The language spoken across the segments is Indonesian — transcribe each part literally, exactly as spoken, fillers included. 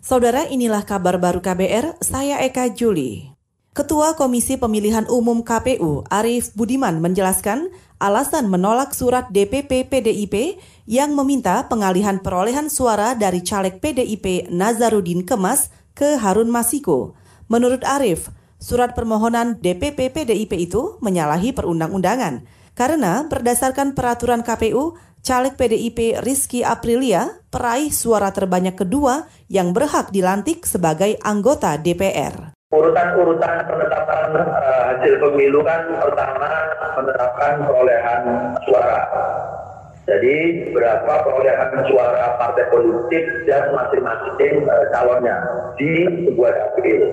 Saudara, inilah kabar baru K B R, saya Eka Juli. Ketua Komisi Pemilihan Umum K P U, Arief Budiman, menjelaskan alasan menolak surat D P P P D I P yang meminta pengalihan perolehan suara dari caleg P D I P Nazarudin Kemas ke Harun Masiku. Menurut Arief, surat permohonan D P P P D I P itu menyalahi perundang-undangan karena berdasarkan peraturan K P U, caleg P D I P Rizky Aprilia peraih suara terbanyak kedua yang berhak dilantik sebagai anggota D P R. Urutan-urutan penetapan uh, hasil pemilu kan pertama menetapkan perolehan suara. Jadi berapa perolehan suara partai politik dan masing-masing uh, calonnya di sebuah dapil.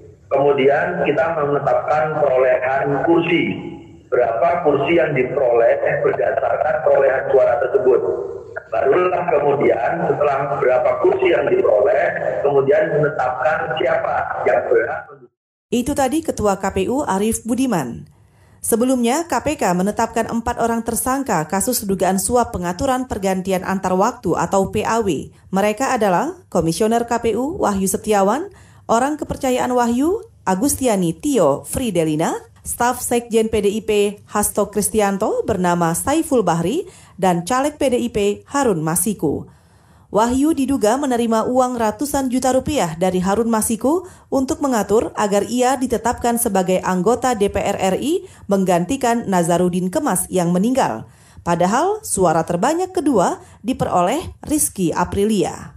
Kemudian kita menetapkan perolehan kursi. Berapa kursi yang diperoleh berdasarkan perolehan suara tersebut. Barulah kemudian setelah berapa kursi yang diperoleh, kemudian menetapkan siapa yang berhak. Itu tadi Ketua K P U Arief Budiman. Sebelumnya, K P K menetapkan empat orang tersangka kasus dugaan suap pengaturan pergantian antar waktu atau P A W. Mereka adalah Komisioner K P U Wahyu Setiawan, orang kepercayaan Wahyu Agustiani Tio Fridelina, staf Sekjen P D I P Hasto Kristianto bernama Saiful Bahri, dan caleg P D I P Harun Masiku. Wahyu diduga menerima uang ratusan juta rupiah dari Harun Masiku untuk mengatur agar ia ditetapkan sebagai anggota D P R R I menggantikan Nazarudin Kemas yang meninggal. Padahal suara terbanyak kedua diperoleh Rizky Aprilia.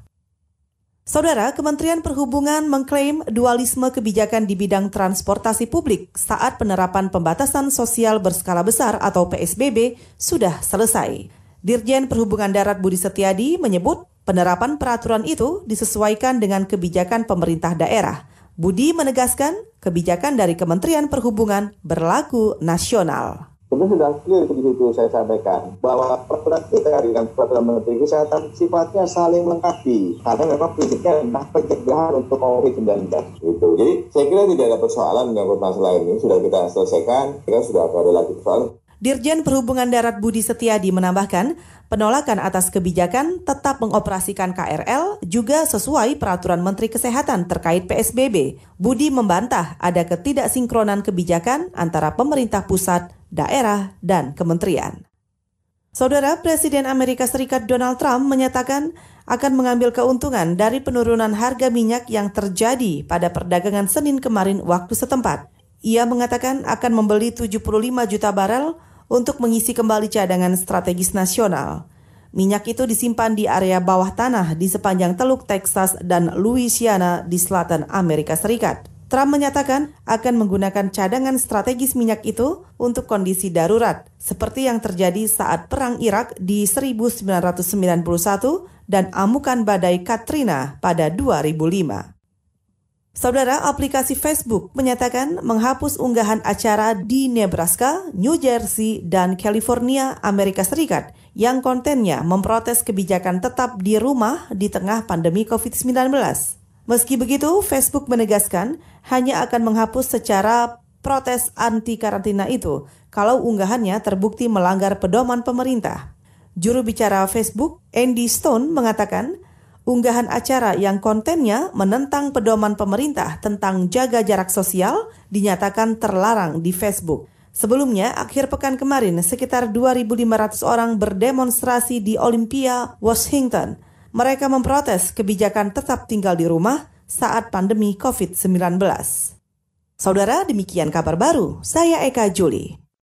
Saudara, Kementerian Perhubungan mengklaim dualisme kebijakan di bidang transportasi publik saat penerapan pembatasan sosial berskala besar atau P S B B sudah selesai. Dirjen Perhubungan Darat Budi Setiadi menyebut penerapan peraturan itu disesuaikan dengan kebijakan pemerintah daerah. Budi menegaskan kebijakan dari Kementerian Perhubungan berlaku nasional. Itu sudah clear di situ saya sampaikan bahwa peraturan kita dengan peraturan Menteri Kesehatan sifatnya saling melengkapi karena memang prinsipnya adalah pencegahan untuk covid sembilan belas itu. Jadi saya kira tidak ada persoalan menyangkut masalah ini, sudah kita selesaikan, kita sudah ada lagi persoalan. Dirjen Perhubungan Darat Budi Setiadi menambahkan, penolakan atas kebijakan tetap mengoperasikan K R L juga sesuai peraturan Menteri Kesehatan terkait P S B B. Budi membantah ada ketidaksinkronan kebijakan antara pemerintah pusat, daerah, dan kementerian. Saudara, Presiden Amerika Serikat Donald Trump menyatakan akan mengambil keuntungan dari penurunan harga minyak yang terjadi pada perdagangan Senin kemarin waktu setempat. Ia mengatakan akan membeli tujuh puluh lima juta barel untuk mengisi kembali cadangan strategis nasional. Minyak itu disimpan di area bawah tanah di sepanjang Teluk Texas dan Louisiana di selatan Amerika Serikat. Trump menyatakan akan menggunakan cadangan strategis minyak itu untuk kondisi darurat, seperti yang terjadi saat Perang Irak di seribu sembilan ratus sembilan puluh satu dan amukan badai Katrina pada dua ribu lima. Saudara, aplikasi Facebook menyatakan menghapus unggahan acara di Nebraska, New Jersey, dan California, Amerika Serikat yang kontennya memprotes kebijakan tetap di rumah di tengah pandemi covid sembilan belas. Meski begitu, Facebook menegaskan hanya akan menghapus secara protes anti karantina itu kalau unggahannya terbukti melanggar pedoman pemerintah. Juru bicara Facebook, Andy Stone, mengatakan unggahan acara yang kontennya menentang pedoman pemerintah tentang jaga jarak sosial dinyatakan terlarang di Facebook. Sebelumnya, akhir pekan kemarin, sekitar dua ribu lima ratus orang berdemonstrasi di Olympia, Washington. Mereka memprotes kebijakan tetap tinggal di rumah saat pandemi covid sembilan belas. Saudara, demikian kabar baru. Saya Eka Juli.